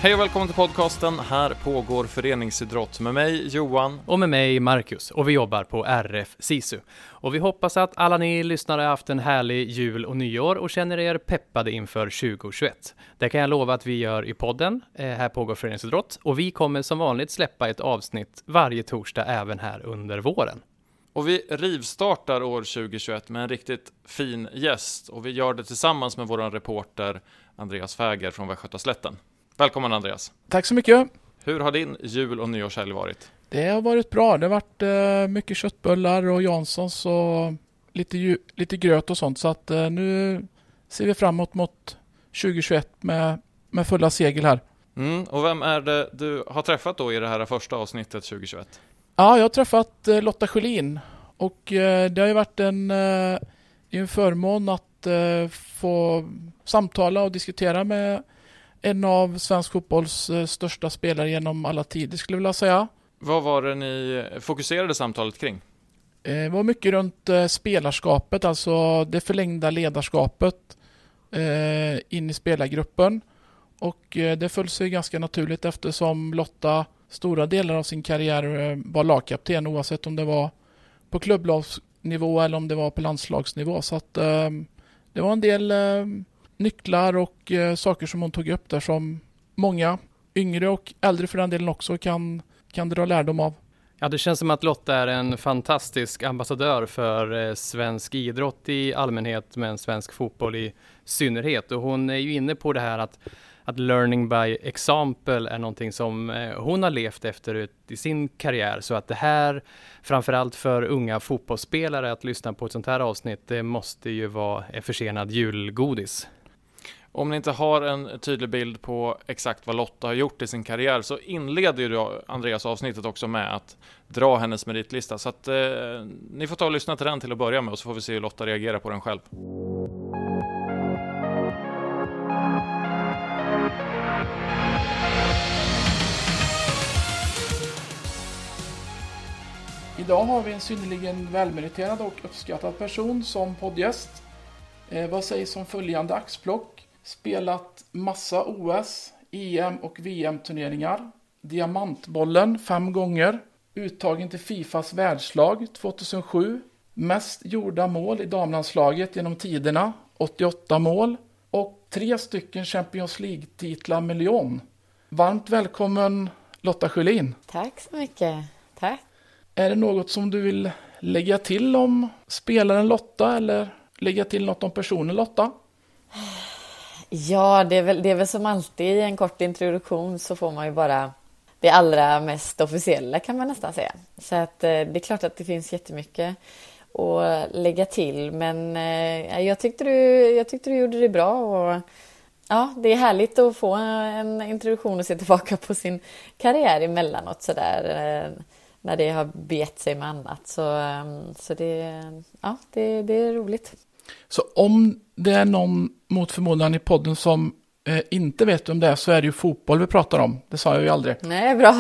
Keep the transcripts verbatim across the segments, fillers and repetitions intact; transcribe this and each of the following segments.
Hej och välkommen till podcasten. Här pågår föreningsidrott med mig, Johan. Och med mig, Marcus. Och vi jobbar på R F SISU. Och vi hoppas att alla ni lyssnare har haft en härlig jul och nyår och känner er peppade inför tjugohundratjugoett. Det kan jag lova att vi gör i podden. Eh, här pågår föreningsidrott. Och vi kommer som vanligt släppa ett avsnitt varje torsdag även här under våren. Och vi rivstartar år tjugohundratjugoett med en riktigt fin gäst. Och vi gör det tillsammans med vår reporter Andreas Fäger från Västgötaslätten. Välkommen Andreas. Tack så mycket. Hur har din jul- och nyårshelg varit? Det har varit bra. Det har varit eh, mycket köttbullar och Janssons och lite, ju, lite gröt och sånt. Så att eh, nu ser vi framåt mot tjugohundratjugoett med, med fulla segel här. Mm, och vem är det du har träffat då i det här första avsnittet tjugohundratjugoett? Ja, jag har träffat eh, Lotta Sjölin. Och eh, det har ju varit en, eh, en förmån att eh, få samtala och diskutera med en av svensk fotbolls eh, största spelare genom alla tider, skulle jag vilja säga. Vad var det ni fokuserade samtalet kring? Eh, det var mycket runt eh, spelarskapet, alltså det förlängda ledarskapet eh, in i spelargruppen. Och eh, det föll sig ganska naturligt eftersom Lotta stora delar av sin karriär eh, var lagkapten, oavsett om det var på klubblagsnivå eller om det var på landslagsnivå. Så att eh, det var en del eh, nycklar och eh, saker som hon tog upp där som många yngre och äldre för den delen också kan, kan dra lärdom av. Ja, det känns som att Lotta är en fantastisk ambassadör för eh, svensk idrott i allmänhet, men svensk fotboll i synnerhet. Och hon är ju inne på det här att, att learning by example är någonting som eh, hon har levt efter ut i sin karriär. Så att det här, framförallt för unga fotbollsspelare, att lyssna på ett sånt här avsnitt, det måste ju vara en försenad julgodis. Om ni inte har en tydlig bild på exakt vad Lotta har gjort i sin karriär så inleder ju då Andreas avsnittet också med att dra hennes meritlista. Så att eh, ni får ta och lyssna till den till att börja med och så får vi se hur Lotta reagerar på den själv. Idag har vi en synnerligen välmeriterad och uppskattad person som poddgäst. Eh, vad sägs om följande axplock? Spelat massa O S, E M och V M-turneringar. Diamantbollen fem gånger. Uttagen till Fifas världslag tjugohundrasju. Mest gjorda mål i damlandslaget genom tiderna, åttioåtta mål. Och tre stycken Champions League-titlar med Lyon. Varmt välkommen Lotta Sjölin. Tack så mycket. Tack. Är det något som du vill lägga till om spelaren Lotta eller lägga till något om personen Lotta? Ja, det är, väl, det är väl som alltid i en kort introduktion så får man ju bara det allra mest officiella kan man nästan säga. Så att det är klart att det finns jättemycket att lägga till. Men eh, jag, tyckte du, jag tyckte du gjorde det bra och ja, det är härligt att få en introduktion och se tillbaka på sin karriär emellanåt sådär. Eh, när det har bet sig med annat. Så, så det, ja, det, det är roligt. Så om det är någon mot förmodan i podden som eh, inte vet om det är så är det ju fotboll vi pratar om. Det sa jag ju aldrig. Nej, bra.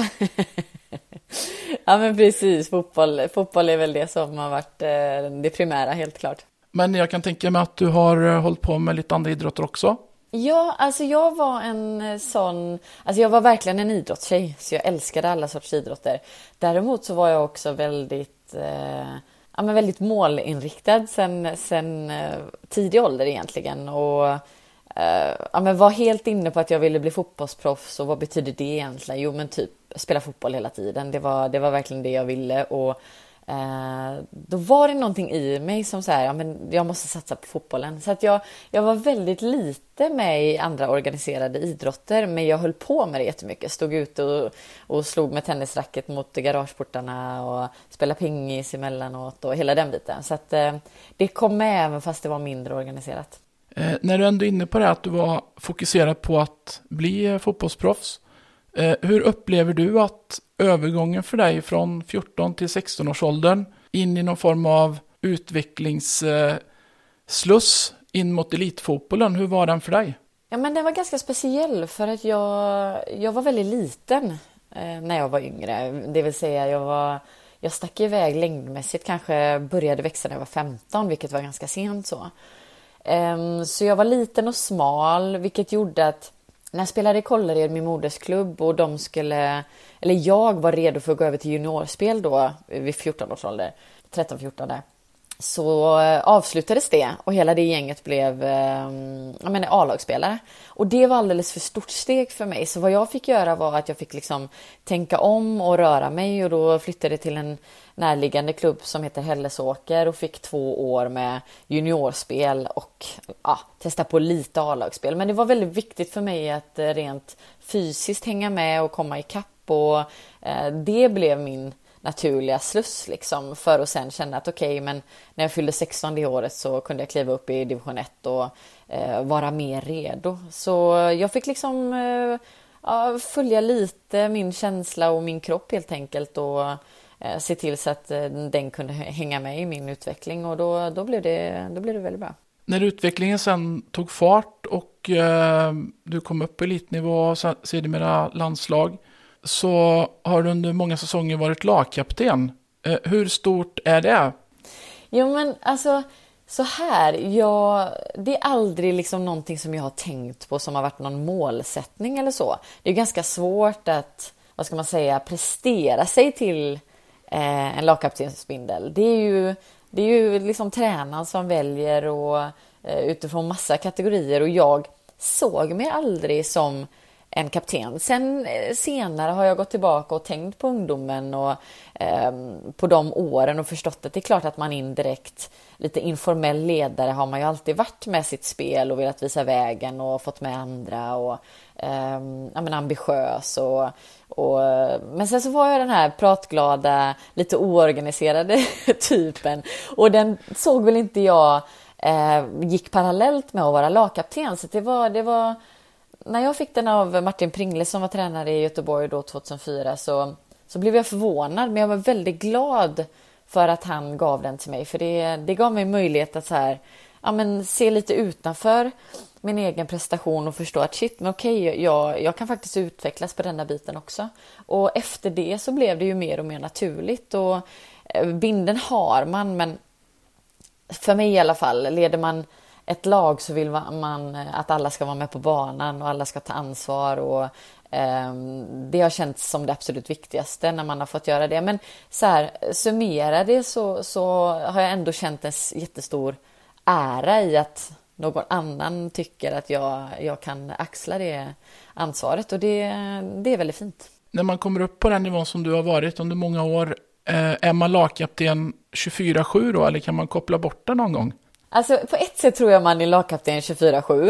Ja, men precis. Fotboll, fotboll är väl det som har varit eh, det primära, helt klart. Men jag kan tänka mig att du har eh, hållit på med lite andra idrotter också. Ja, alltså jag var en sån... Alltså jag var verkligen en idrottstjej. Så jag älskade alla sorts idrotter. Däremot så var jag också väldigt... Eh, ja, men väldigt målinriktad sen, sen eh, tidig ålder egentligen. Och eh, ja, men var helt inne på att jag ville bli fotbollsproffs. Och vad betyder det egentligen? Jo, men typ spela fotboll hela tiden. Det var, det var verkligen det jag ville. Och eh, då var det någonting i mig som så här, ja, men jag måste satsa på fotbollen. Så att jag, jag var väldigt lite med i andra organiserade idrotter. Men jag höll på med det jättemycket. Stod ute och, och slog med tennisracket mot garageportarna. Och spelade pingis emellanåt och hela den biten. Så att eh, det kom med även fast det var mindre organiserat. Eh, när du ändå är inne på det att du var fokuserad på att bli eh, fotbollsproffs. Eh, hur upplever du att övergången för dig från fjorton till sexton års åldern in i någon form av utvecklingssluss in mot elitfotbollen, hur var den för dig? Ja, men den var ganska speciell för att jag, jag var väldigt liten eh, när jag var yngre. Det vill säga jag var jag stack iväg längdmässigt, kanske började växa när jag var femton, vilket var ganska sent så. Um, så jag var liten och smal, vilket gjorde att när jag spelade i Kållered, min modersklubb, och de skulle, eller jag var redo för att gå över till juniorspel då vid fjorton års ålder, tretton fjorton där. Så avslutades det och hela det gänget blev eh, jag menar, A-lagsspelare. Och det var alldeles för stort steg för mig. Så vad jag fick göra var att jag fick liksom tänka om och röra mig. Och då flyttade jag till en närliggande klubb som heter Hällesåker och fick två år med juniorspel och ja, testa på lite A-lagsspel. Men det var väldigt viktigt för mig att rent fysiskt hänga med och komma ikapp. Och eh, det blev min naturliga sluss liksom, för att sen känna att okej, okay, men när jag fyllde sexton det året så kunde jag kliva upp i division ett och eh, vara mer redo. Så jag fick liksom eh, följa lite min känsla och min kropp helt enkelt och eh, se till så att eh, den kunde hänga med i min utveckling, och då, då, blev det, då blev det väldigt bra. När utvecklingen sen tog fart och eh, du kom upp på elitnivå och sedermera landslag, så har du under många säsonger varit lagkapten. Eh, hur stort är det? Jo men alltså så här, jag, det är aldrig liksom någonting som jag har tänkt på som har varit någon målsättning eller så. Det är ganska svårt att, vad ska man säga, prestera sig till eh, en lagkaptensbindel. Det är ju, det är ju liksom tränaren som väljer och, eh, utifrån massa kategorier, och jag såg mig aldrig som en kapten. Sen senare har jag gått tillbaka och tänkt på ungdomen och eh, på de åren och förstått att det är klart att man indirekt, lite informell ledare har man ju alltid varit med sitt spel och velat visa vägen och fått med andra och eh, ja, men ambitiös och, och men sen så var jag den här pratglada, lite oorganiserade typen, och den såg väl inte jag eh, gick parallellt med att vara lagkapten, så det var, det var när jag fick den av Martin Pringle som var tränare i Göteborg då tjugohundrafyra, så, så blev jag förvånad, men jag var väldigt glad för att han gav den till mig. För det, det gav mig möjlighet att så här, ja, men se lite utanför min egen prestation och förstå att shit, men okej, jag, jag kan faktiskt utvecklas på den där biten också. Och efter det så blev det ju mer och mer naturligt. Och binden har man, men för mig i alla fall, leder man ett lag så vill man att alla ska vara med på banan och alla ska ta ansvar, och eh, det har känts som det absolut viktigaste när man har fått göra det. Men så här, summera det så, så har jag ändå känt en jättestor ära i att någon annan tycker att jag, jag kan axla det ansvaret, och det, det är väldigt fint. När man kommer upp på den nivån som du har varit under många år, eh, är man lagkapten tjugofyra sju då, eller kan man koppla bort det någon gång? Alltså på ett sätt tror jag man är lagkapten tjugofyra sju.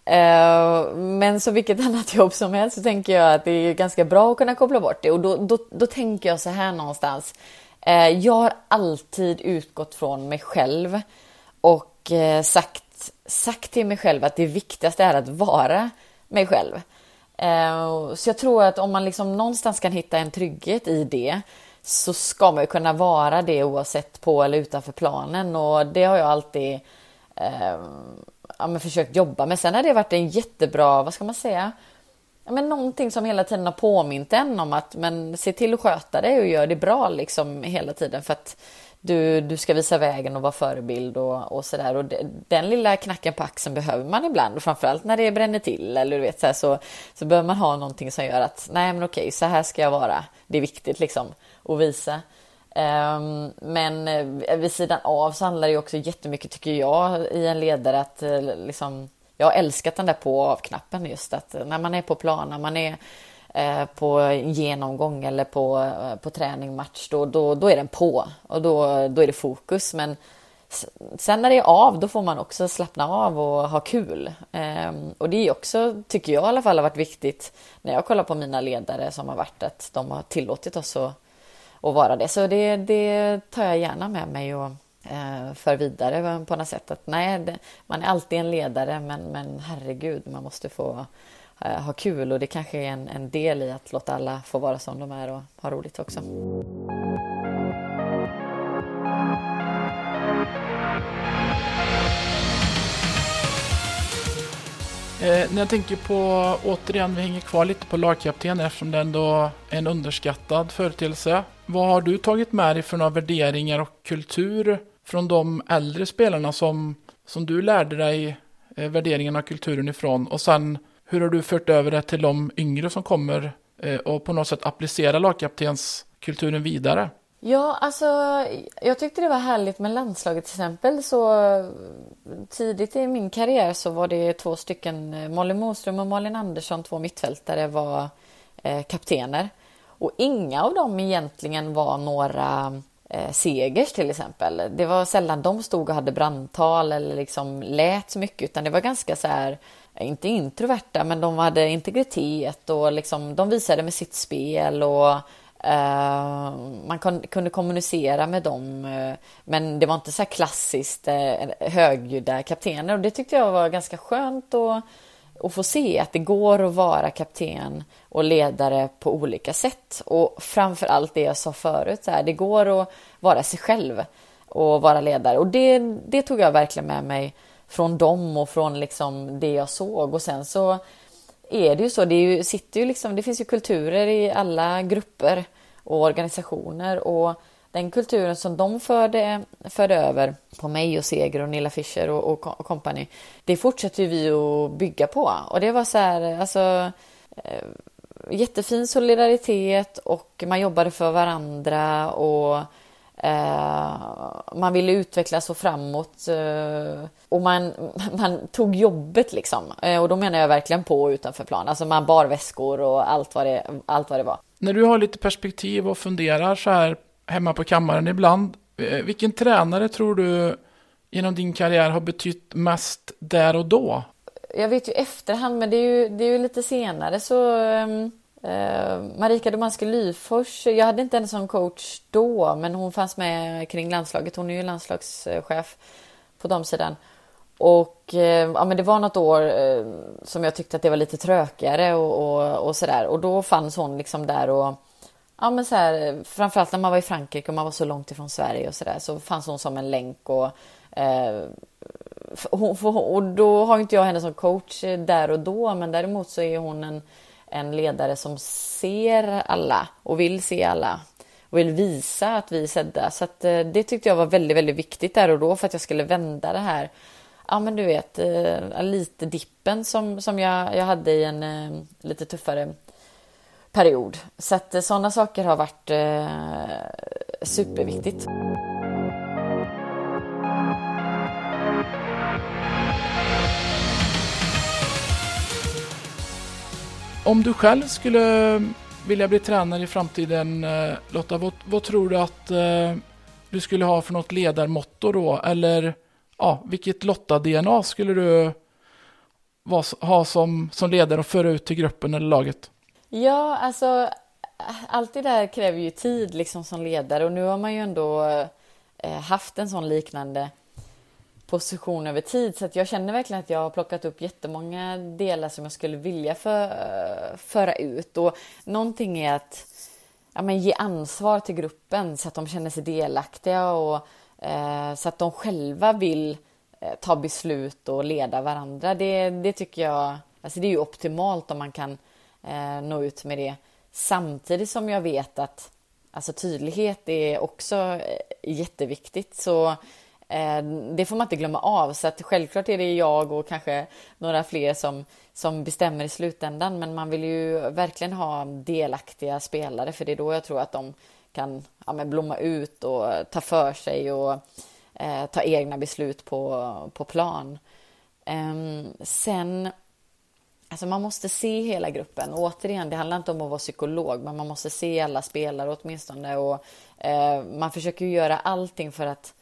Uh, men så vilket annat jobb som helst så tänker jag att det är ganska bra att kunna koppla bort det. Och då, då, då tänker jag så här någonstans. Uh, jag har alltid utgått från mig själv och uh, sagt, sagt till mig själv att det viktigaste är att vara mig själv. Uh, så jag tror att om man liksom någonstans kan hitta en trygghet i det, så ska man ju kunna vara det oavsett på eller utanför planen. Och det har jag alltid eh, ja, men försökt jobba med. Sen har det varit en jättebra, vad ska man säga, ja, men någonting som hela tiden har påmint en om att men se till att sköta det och göra det bra liksom hela tiden, för att du, du ska visa vägen och vara förebild och, och sådär. Och det, den lilla knacken på axeln behöver man ibland, och framförallt när det bränner till eller du vet så, här, så, så behöver man ha någonting som gör att nej men okej, så här ska jag vara. Det är viktigt liksom att visa. Um, men uh, vid sidan av så handlar det också jättemycket, tycker jag, i en ledare att uh, liksom, jag har älskat den där på av-knappen, just att uh, när man är på plan, när man är uh, på genomgång eller på, uh, på träning, match, då, då, då är den på och då, då är det fokus. Men sen när det är av, då får man också slappna av och ha kul. Um, och det är också, tycker jag i alla fall, har varit viktigt när jag kollar på mina ledare som har varit, att de har tillåtit oss att och vara det. Så det, det tar jag gärna med mig och eh, för vidare på något sätt. Att nej, det, man är alltid en ledare, men, men herregud, man måste få eh, ha kul. Och det kanske är en, en del i att låta alla få vara som de är och ha roligt också. Eh, när jag tänker på, återigen, vi hänger kvar lite på lagkapten eftersom det ändå är en underskattad företeelse. Vad har du tagit med dig för några värderingar och kultur från de äldre spelarna som, som du lärde dig eh, värderingarna och kulturen ifrån? Och sen, hur har du fört över det till de yngre som kommer eh, och på något sätt applicera lagkaptenskulturen vidare? Ja, alltså jag tyckte det var härligt med landslaget till exempel. Så tidigt i min karriär så var det två stycken, Molly Moström och Malin Andersson, två mittfältare var eh, kaptener. Och inga av dem egentligen var några eh, segers till exempel. Det var sällan de stod och hade brandtal eller liksom lät så mycket, utan det var ganska så här, inte introverta, men de hade integritet och liksom, de visade med sitt spel och Uh, man kon- kunde kommunicera med dem, uh, men det var inte så här klassiskt uh, högljudda kaptener, och det tyckte jag var ganska skönt att, att få se att det går att vara kapten och ledare på olika sätt, och framförallt det jag sa förut, så här, det går att vara sig själv och vara ledare, och det, det tog jag verkligen med mig från dem och från liksom det jag såg. Och sen så är det ju så, det, är ju, sitter ju liksom, det finns ju kulturer i alla grupper och organisationer, och den kulturen som de förde, förde över på mig och Seger och Nilla Fischer och, och company, det fortsätter ju vi att bygga på. Och det var så här, alltså eh, jättefin solidaritet, och man jobbade för varandra, och eh, man ville utvecklas och framåt, eh, och man, man tog jobbet liksom, eh, och då menar jag verkligen på och utanför plan, alltså man bar väskor och allt vad det, allt vad det var. När du har lite perspektiv och funderar så här hemma på kammaren ibland, eh, vilken tränare tror du genom din karriär har betytt mest där och då? Jag vet ju efterhand, men det är ju, det är ju lite senare så um... Uh, Marika Domanski Lyfors, jag hade inte en sån coach då, men hon fanns med kring landslaget, hon är ju landslagschef på de sidan, och uh, ja, men det var något år uh, som jag tyckte att det var lite trökigare och, och, och sådär, och då fanns hon liksom där, och ja men så här, framförallt när man var i Frankrike och man var så långt ifrån Sverige och sådär, så fanns hon som en länk, och uh, hon, och då har inte jag henne som coach där och då, men däremot så är hon en en ledare som ser alla och vill se alla och vill visa att vi är sedda. Så att, eh, det tyckte jag var väldigt, väldigt viktigt där och då, för att jag skulle vända det här, ja men du vet, eh, lite dippen som, som jag, jag hade i en eh, lite tuffare period. Så att eh, sådana saker har varit eh, superviktigt. Om du själv skulle vilja bli tränare i framtiden, Lotta, vad, vad tror du att eh, du skulle ha för något ledarmotto då? Eller ja, vilket Lotta-D N A skulle du va, ha som, som ledare och föra ut till gruppen eller laget? Ja, alltså allt det där kräver ju tid liksom som ledare, och nu har man ju ändå eh, haft en sån liknande position över tid, så att jag känner verkligen att jag har plockat upp jättemånga delar som jag skulle vilja för, föra ut, och någonting är att ja, men ge ansvar till gruppen så att de känner sig delaktiga, och eh, så att de själva vill eh, ta beslut och leda varandra. Det, det tycker jag, alltså det är ju optimalt om man kan eh, nå ut med det, samtidigt som jag vet att alltså tydlighet är också eh, jätteviktigt, så det får man inte glömma av, så att självklart är det jag och kanske några fler som, som bestämmer i slutändan, men man vill ju verkligen ha delaktiga spelare, för det är då jag tror att de kan ja, men blomma ut och ta för sig och eh, ta egna beslut på, på plan. Eh, sen, alltså man måste se hela gruppen, och återigen, det handlar inte om att vara psykolog, men man måste se alla spelare åtminstone, och eh, man försöker ju göra allting för att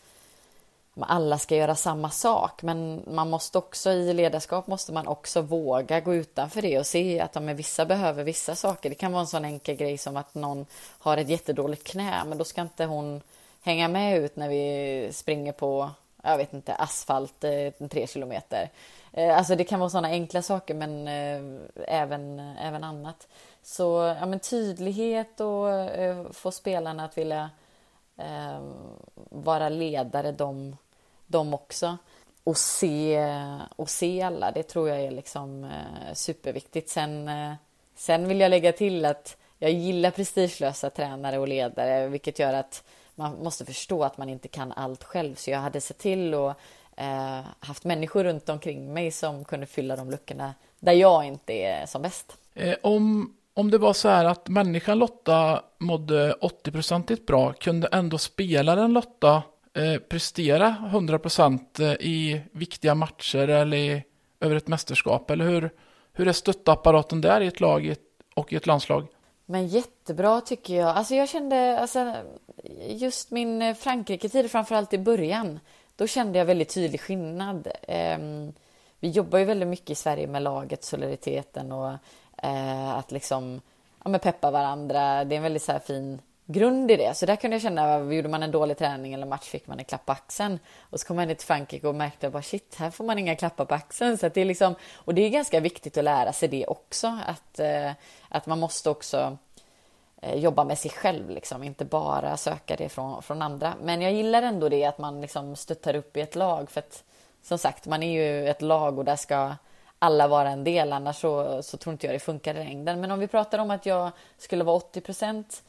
alla ska göra samma sak, men man måste också i ledarskap måste man också våga gå utanför det och se att de vissa behöver vissa saker. Det kan vara en sån enkel grej som att någon har ett jättedåligt knä, men då ska inte hon hänga med ut när vi springer på, jag vet inte, asfalt eh, tre kilometer. Eh, alltså det kan vara såna enkla saker, men eh, även, även annat. Så ja, men tydlighet och eh, få spelarna att vilja eh, vara ledare, de de också, och se och se alla, det tror jag är liksom eh, superviktigt. Sen, eh, sen vill jag lägga till att jag gillar prestigelösa tränare och ledare, vilket gör att man måste förstå att man inte kan allt själv, så jag hade sett till att eh, haft människor runt omkring mig som kunde fylla de luckorna där jag inte är som bäst. Eh, om, om det var så här att människan Lotta mådde åttio procent bra, kunde ändå spelaren Lotta eh, prestera hundra procent i viktiga matcher eller i, över ett mästerskap? Eller hur, hur är stöttapparaten där i ett lag i ett, och i ett landslag? Men jättebra tycker jag. Alltså jag kände, alltså, just min Frankrike-tid, framförallt i början, då kände jag väldigt tydlig skillnad. Eh, vi jobbar ju väldigt mycket i Sverige med laget, solidariteten och eh, att liksom ja, men peppa varandra. Det är en väldigt så här fin grund i det. Så där kunde jag känna, gjorde man en dålig träning eller match fick man en klapp på axeln. Och så kom man in till Frankrike och märkte bara shit, här får man inga klappar på axeln. Så att det är liksom, och det är ganska viktigt att lära sig det också. Att, eh, att man måste också eh, jobba med sig själv, liksom, inte bara söka det från, från andra. Men jag gillar ändå det att man liksom stöttar upp i ett lag. För att som sagt, man är ju ett lag och där ska alla vara en del. Annars så, så tror inte jag det funkar i längden. Men om vi pratar om att jag skulle vara åttio procent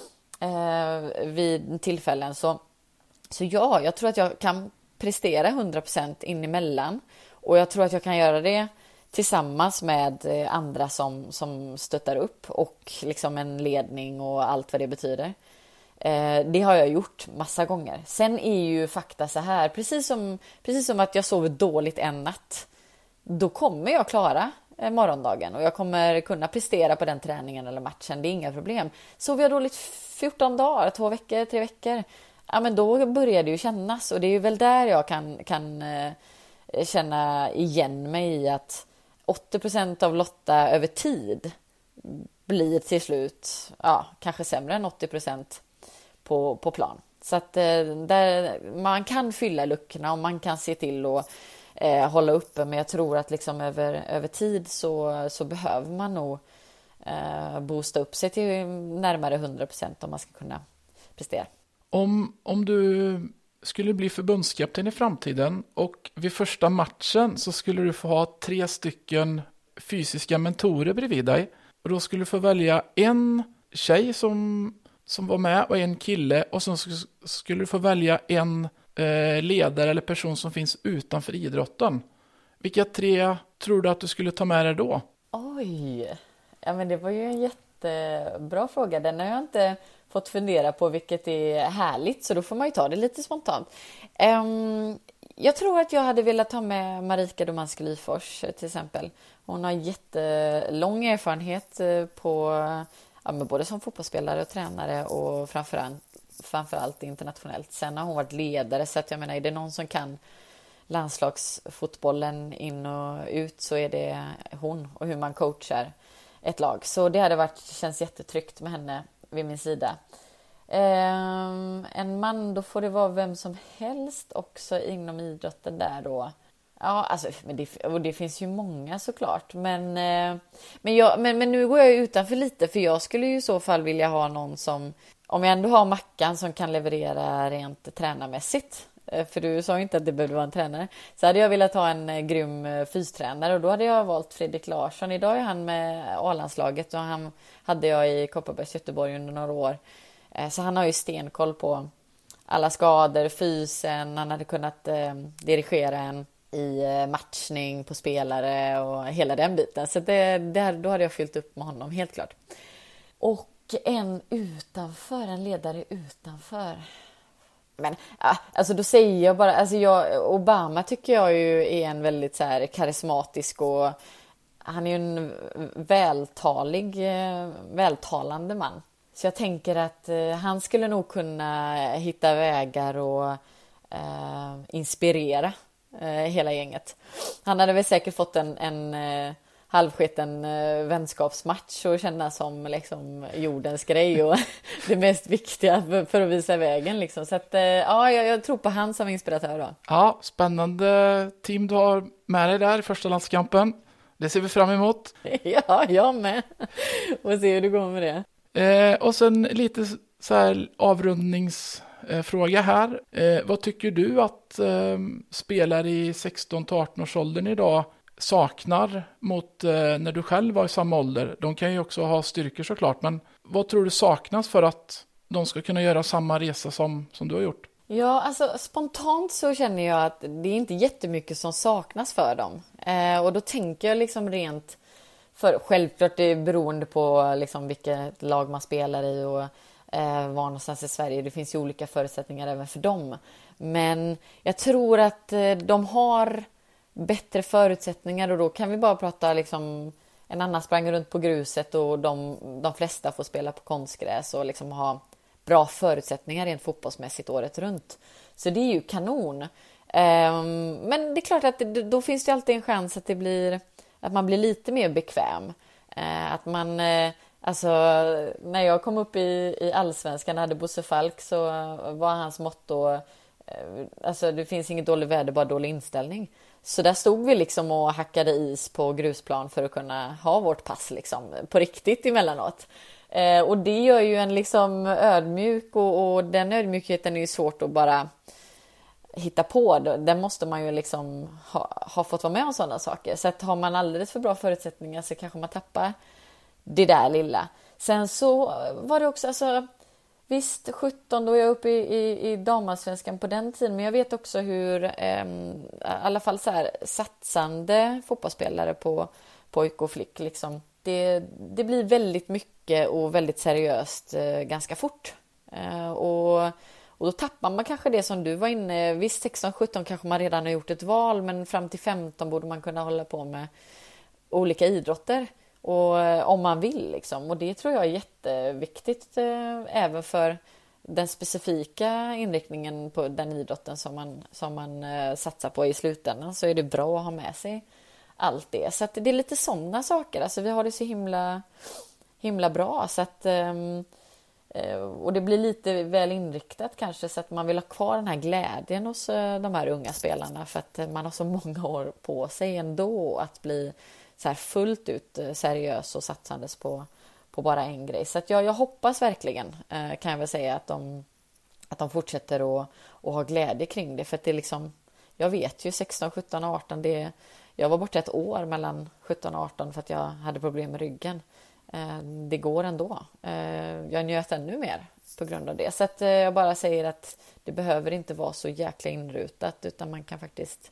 Eh, vid tillfällen så, så ja, jag tror att jag kan prestera hundra procent in emellan och jag tror att jag kan göra det tillsammans med eh, andra som, som stöttar upp och liksom en ledning och allt vad det betyder. Eh, det har jag gjort massa gånger. Sen är ju fakta så här, precis som, precis som att jag sover dåligt en natt, då kommer jag klara morgondagen och jag kommer kunna prestera på den träningen eller matchen, det är inga problem. Sover jag dåligt fjorton dagar, två veckor, tre veckor, ja men då börjar det ju kännas och det är ju väl där jag kan, kan eh, känna igen mig i att åttio procent av Lotta över tid blir till slut ja, kanske sämre än åttio procent på, på plan. Så att eh, där man kan fylla luckorna och man kan se till att Eh, hålla uppe, men jag tror att liksom över, över tid så, så behöver man nog eh, boosta upp sig till närmare hundra procent om man ska kunna prestera. Om, om du skulle bli förbundskapten i framtiden och vid första matchen så skulle du få ha tre stycken fysiska mentorer bredvid dig och då skulle du få välja en tjej som, som var med och en kille och så skulle du få välja en ledare eller person som finns utanför idrotten. Vilka tre tror du att du skulle ta med dig då? Oj, ja men det var ju en jättebra fråga. Den har jag inte fått fundera på, vilket är härligt, så då får man ju ta det lite spontant. Um, jag tror att jag hade velat ta med Marika Domanski Lyfors till exempel. Hon har jättelång erfarenhet på ja, men både som fotbollsspelare och tränare och framförallt framförallt internationellt. Sen har hon varit ledare, så att jag menar, är det någon som kan landslagsfotbollen in och ut så är det hon, och hur man coachar ett lag. Så det hade varit, känns jättetryggt med henne vid min sida. Um, en man, då får det vara vem som helst också inom idrotten där då. Ja, alltså, men det, och det finns ju många såklart. Men, eh, men, jag, men, men nu går jag utanför lite, för jag skulle ju i så fall vilja ha någon som, om jag ändå har Mackan som kan leverera rent tränarmässigt, för du sa ju inte att det behövde vara en tränare, så hade jag velat ha en grym fystränare och då hade jag valt Fredrik Larsson. Idag är han med A-landslaget och han hade jag i Kopparbergs Göteborg under några år. Så han har ju stenkoll på alla skador, fysen, han hade kunnat eh, dirigera en i matchning på spelare och hela den biten. Så det, där, då hade jag fyllt upp med honom, helt klart. Och en utanför, en ledare utanför. Men alltså då säger jag bara, alltså jag, Obama tycker jag ju är en väldigt så här karismatisk och han är ju en vältalig, vältalande man. Så jag tänker att han skulle nog kunna hitta vägar och eh, inspirera eh, hela gänget. Han hade väl säkert fått en, en eh, halvsketen eh, vänskapsmatch och känna som liksom jordens grej och det mest viktiga för, för att visa vägen liksom. Så att eh, ja, jag, jag tror på han som inspiratör då. Ja, spännande team du har med dig där i första landskampen. Det ser vi fram emot. Ja, jag med. Och se hur det går med det. Eh, och sen lite så här avrundningsfråga här. Eh, vad tycker du att eh, spelare i sexton till arton års åldern idag saknar mot eh, när du själv var i samma ålder? De kan ju också ha styrkor såklart, men vad tror du saknas för att de ska kunna göra samma resa som, som du har gjort? Ja, alltså spontant så känner jag att det är inte jättemycket som saknas för dem. Eh, och då tänker jag liksom rent, för självklart det är beroende på liksom vilket lag man spelar i och eh, var någonstans i Sverige. Det finns ju olika förutsättningar även för dem. Men jag tror att eh, de har bättre förutsättningar, och då kan vi bara prata liksom, en annan sprang runt på gruset och de, de flesta får spela på konstgräs och liksom ha bra förutsättningar rent fotbollsmässigt året runt. Så det är ju kanon. Um, men det är klart att det, då finns det alltid en chans att det blir, att man blir lite mer bekväm. Uh, att man, uh, alltså när jag kom upp i, i Allsvenskan hade Bosse Falk, så var hans motto uh, alltså det finns inget dåligt väder, bara dålig inställning. Så där stod vi liksom och hackade is på grusplan för att kunna ha vårt pass liksom på riktigt emellanåt. Eh, och det gör ju en liksom ödmjuk, och, och den ödmjukheten är ju svårt att bara hitta på. Den måste man ju liksom ha, ha fått vara med om sådana saker. Så att har man alldeles för bra förutsättningar så kanske man tappar det där lilla. Sen så var det också, alltså visst, sjutton då är jag uppe i, i, i damallsvenskan på den tiden, men jag vet också hur eh, i alla fall så här satsande fotbollsspelare på pojk och flick liksom, det, det blir väldigt mycket och väldigt seriöst eh, ganska fort. Eh, och, och då tappar man kanske det som du var inne, visst sexton sjutton kanske man redan har gjort ett val, men fram till femton borde man kunna hålla på med olika idrotter. Och om man vill liksom. Och det tror jag är jätteviktigt eh, även för den specifika inriktningen på den idrotten som man, som man eh, satsar på i slutändan, så är det bra att ha med sig allt det. Så att det är lite sådana saker. Alltså vi har det så himla, himla bra. Så att, eh, och det blir lite väl inriktat kanske, så att man vill ha kvar den här glädjen hos eh, de här unga spelarna, för att man har så många år på sig ändå att bli så här fullt ut seriös och satsandes på, på bara en grej. Så att jag, jag hoppas verkligen, eh, kan jag väl säga, att de, att de fortsätter att, att ha glädje kring det. För att det är liksom, jag vet ju sexton, sjutton, arton, det, jag var borta ett år mellan sjutton och arton för att jag hade problem med ryggen. Eh, det går ändå. Eh, jag njöt ännu mer på grund av det. Så att eh, jag bara säger att det behöver inte vara så jäkla inrutat, utan man kan faktiskt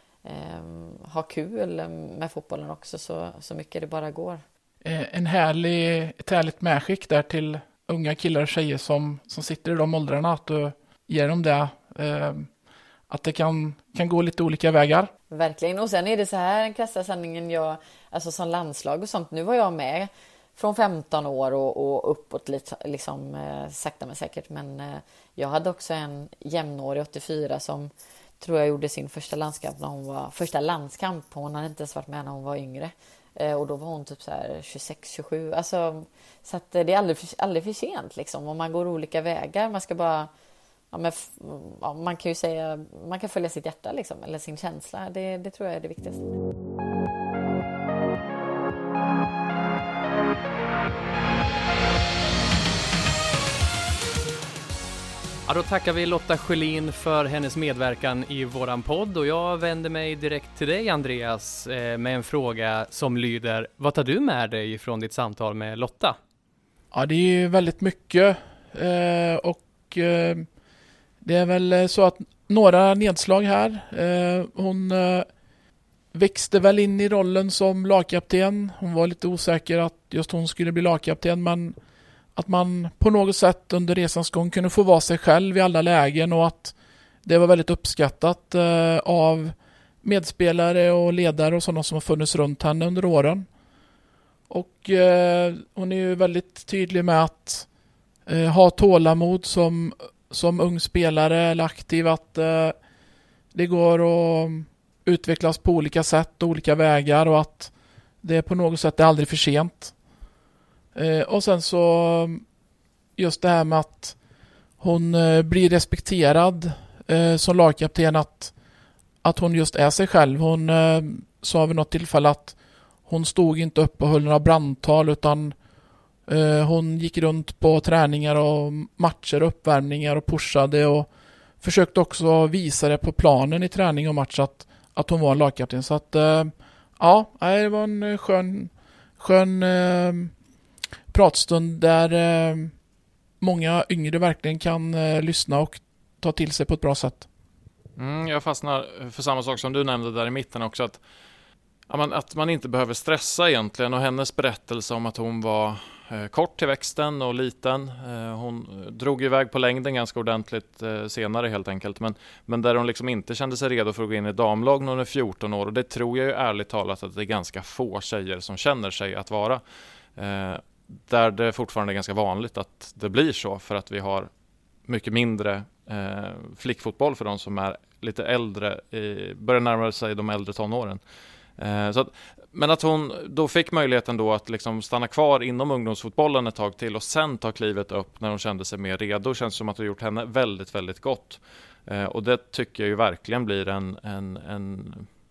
Eh, ha kul med fotbollen också, så, så mycket det bara går. En härlig, ett härligt medskick där till unga killar och tjejer som, som sitter i de åldrarna, att du ger dem det, eh, att det kan, kan gå lite olika vägar. Verkligen, och sen är det så här, en krassa sanningen, jag, alltså som landslag och sånt, nu var jag med från femton år och, och uppåt lite, liksom eh, sakta men säkert, men eh, jag hade också en jämnårig åttiofyra som tror jag gjorde sin första landskamp när hon var första landskamp. Hon hade inte ens varit med när hon var yngre. Eh, och då var hon typ så här tjugosex tjugosju. Alltså, så att det är aldrig för, aldrig för sent liksom. Om man går olika vägar. Man ska bara, ja, men, ja, man kan ju säga, man kan följa sitt hjärta liksom, eller sin känsla. Det, det tror jag är det viktigaste. Ja, då tackar vi Lotta Sjölin för hennes medverkan i våran podd, och jag vänder mig direkt till dig, Andreas, med en fråga som lyder: vad tar du med dig från ditt samtal med Lotta? Ja, det är ju väldigt mycket eh, och eh, det är väl så att några nedslag här. Eh, hon eh, växte väl in i rollen som lagkapten. Hon var lite osäker att just hon skulle bli lagkapten, men att man på något sätt under resans gång kunde få vara sig själv i alla lägen, och att det var väldigt uppskattat eh, av medspelare och ledare och sådana som har funnits runt henne under åren. Och eh, hon är ju väldigt tydlig med att eh, ha tålamod som, som ung spelare eller aktiv, att eh, det går att utvecklas på olika sätt och olika vägar, och att det på något sätt är aldrig för sent. Eh, och sen så just det här med att hon eh, blir respekterad eh, som lagkapten, att, att hon just är sig själv. Hon eh, sa vid något tillfälle att hon stod inte upp och höll några brandtal, utan eh, hon gick runt på träningar och matcher och uppvärmningar och pushade, och försökte också visa det på planen i träning och match att, att hon var en lagkapten. Så att eh, ja, det var en skön, skön eh, pratstund där eh, många yngre verkligen kan eh, lyssna och ta till sig på ett bra sätt. Mm, jag fastnar för samma sak som du nämnde där i mitten också, att, att man inte behöver stressa egentligen, och hennes berättelse om att hon var eh, kort till växten och liten, eh, hon drog iväg på längden ganska ordentligt eh, senare helt enkelt, men, men där hon liksom inte kände sig redo för att gå in i damlag när hon är fjorton år, och det tror jag ju ärligt talat att det är ganska få tjejer som känner sig att vara, eh, där det fortfarande är ganska vanligt att det blir så, för att vi har mycket mindre eh, flickfotboll för de som är lite äldre, i, börjar närma sig de äldre tonåren. Eh, så att, men att hon då fick möjligheten då att liksom stanna kvar inom ungdomsfotbollen ett tag till och sen ta klivet upp när hon kände sig mer redo, känns som att det har gjort henne väldigt, väldigt gott. Eh, och det tycker jag ju verkligen blir en, en, en,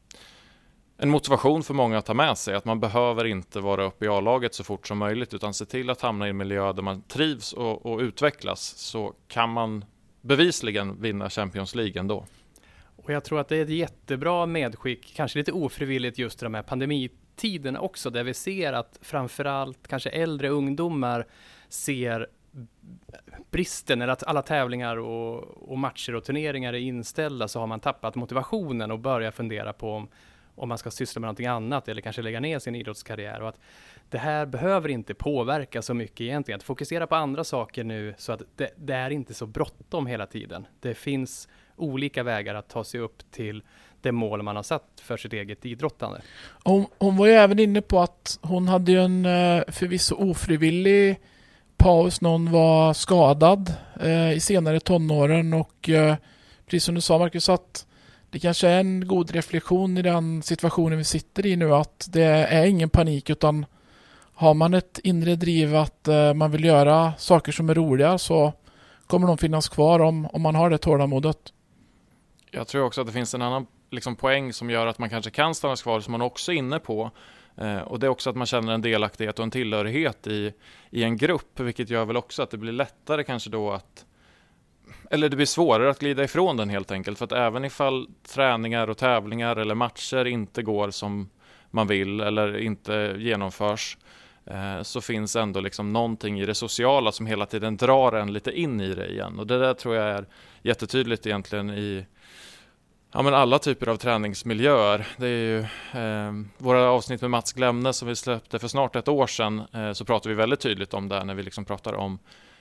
en motivation för många att ta med sig, att man behöver inte vara uppe i A-laget så fort som möjligt, utan se till att hamna i en miljö där man trivs och, och utvecklas, så kan man bevisligen vinna Champions League ändå. Och jag tror att det är ett jättebra medskick, kanske lite ofrivilligt just i de här pandemitiden också, där vi ser att framförallt kanske äldre ungdomar ser bristen, eller att alla tävlingar och, och matcher och turneringar är inställda, så har man tappat motivationen och börjar fundera på om, om man ska syssla med någonting annat eller kanske lägga ner sin idrottskarriär, och att det här behöver inte påverka så mycket egentligen, att fokusera på andra saker nu, så att det, det är inte så bråttom hela tiden. Det finns olika vägar att ta sig upp till det mål man har satt för sitt eget idrottande. Hon, hon var ju även inne på att hon hade ju en förvisso ofrivillig paus när hon var skadad eh, i senare tonåren, och eh, precis som du sa, Marcus, att det kanske är en god reflektion i den situationen vi sitter i nu, att det är ingen panik, utan har man ett inre driv att eh, man vill göra saker som är roliga, så kommer de finnas kvar om, om man har det tålamodet. Jag tror också att det finns en annan liksom, poäng som gör att man kanske kan stanna kvar, som man också är inne på. Eh, och det är också att man känner en delaktighet och en tillhörighet i, i en grupp, vilket gör väl också att det blir lättare kanske då att, eller det blir svårare att glida ifrån den helt enkelt. För att även ifall träningar och tävlingar eller matcher inte går som man vill eller inte genomförs, eh, så finns ändå liksom någonting i det sociala som hela tiden drar en lite in i det igen. Och det där tror jag är jättetydligt egentligen i ja, men alla typer av träningsmiljöer. Det är ju eh, våra avsnitt med Mats Glemne som vi släppte för snart ett år sedan, eh, så pratar vi väldigt tydligt om det när vi liksom pratar om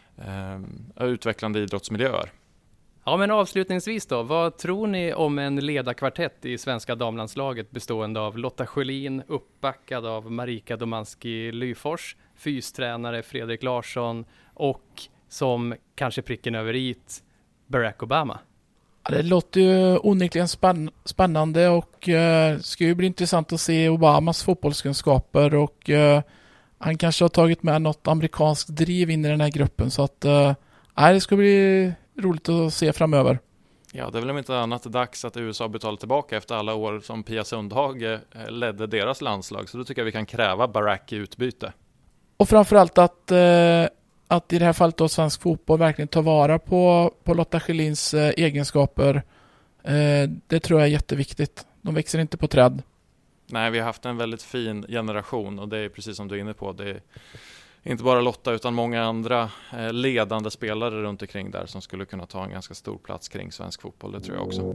eh, utvecklande idrottsmiljöer. Ja, men avslutningsvis då, vad tror ni om en ledarkvartett i svenska damlandslaget bestående av Lotta Sjölin, uppbackad av Marika Domanski-Lyfors, fystränare Fredrik Larsson och som kanske pricken över it, Barack Obama? Det låter ju onekligen spänn- spännande och eh, ska ju bli intressant att se Obamas fotbollskunskaper, och eh, han kanske har tagit med något amerikanskt driv in i den här gruppen, så att eh, det ska bli roligt att se framöver. Ja, det är väl om inte annat dags att U S A betalar tillbaka efter alla år som Pia Sundhage ledde deras landslag, så då tycker jag vi kan kräva Barack i utbyte. Och framförallt att eh, att i det här fallet då svensk fotboll verkligen tar vara på, på Lotta Sjölins eh, egenskaper. Eh, det tror jag är jätteviktigt. De växer inte på träd. Nej, vi har haft en väldigt fin generation, och det är precis som du är inne på. Det är inte bara Lotta utan många andra eh, ledande spelare runt omkring där som skulle kunna ta en ganska stor plats kring svensk fotboll. Det tror jag också.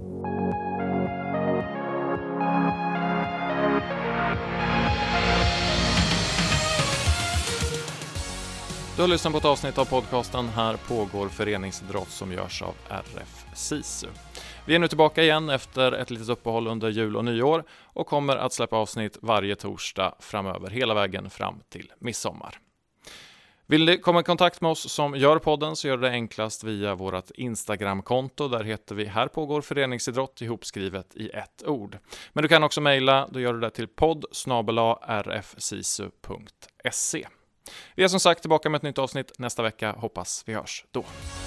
Du har lyssnat på ett avsnitt av podcasten Här pågår föreningsidrott som görs av R F SISU. Vi är nu tillbaka igen efter ett litet uppehåll under jul och nyår och kommer att släppa avsnitt varje torsdag framöver, hela vägen fram till midsommar. Vill du komma i kontakt med oss som gör podden så gör det enklast via vårt Instagram-konto. Där heter vi Här pågår föreningsidrott ihopskrivet i ett ord. Men du kan också mejla, då gör du det till podd snabel-a r f sisu punkt se. Vi är som sagt tillbaka med ett nytt avsnitt nästa vecka. Hoppas vi hörs då.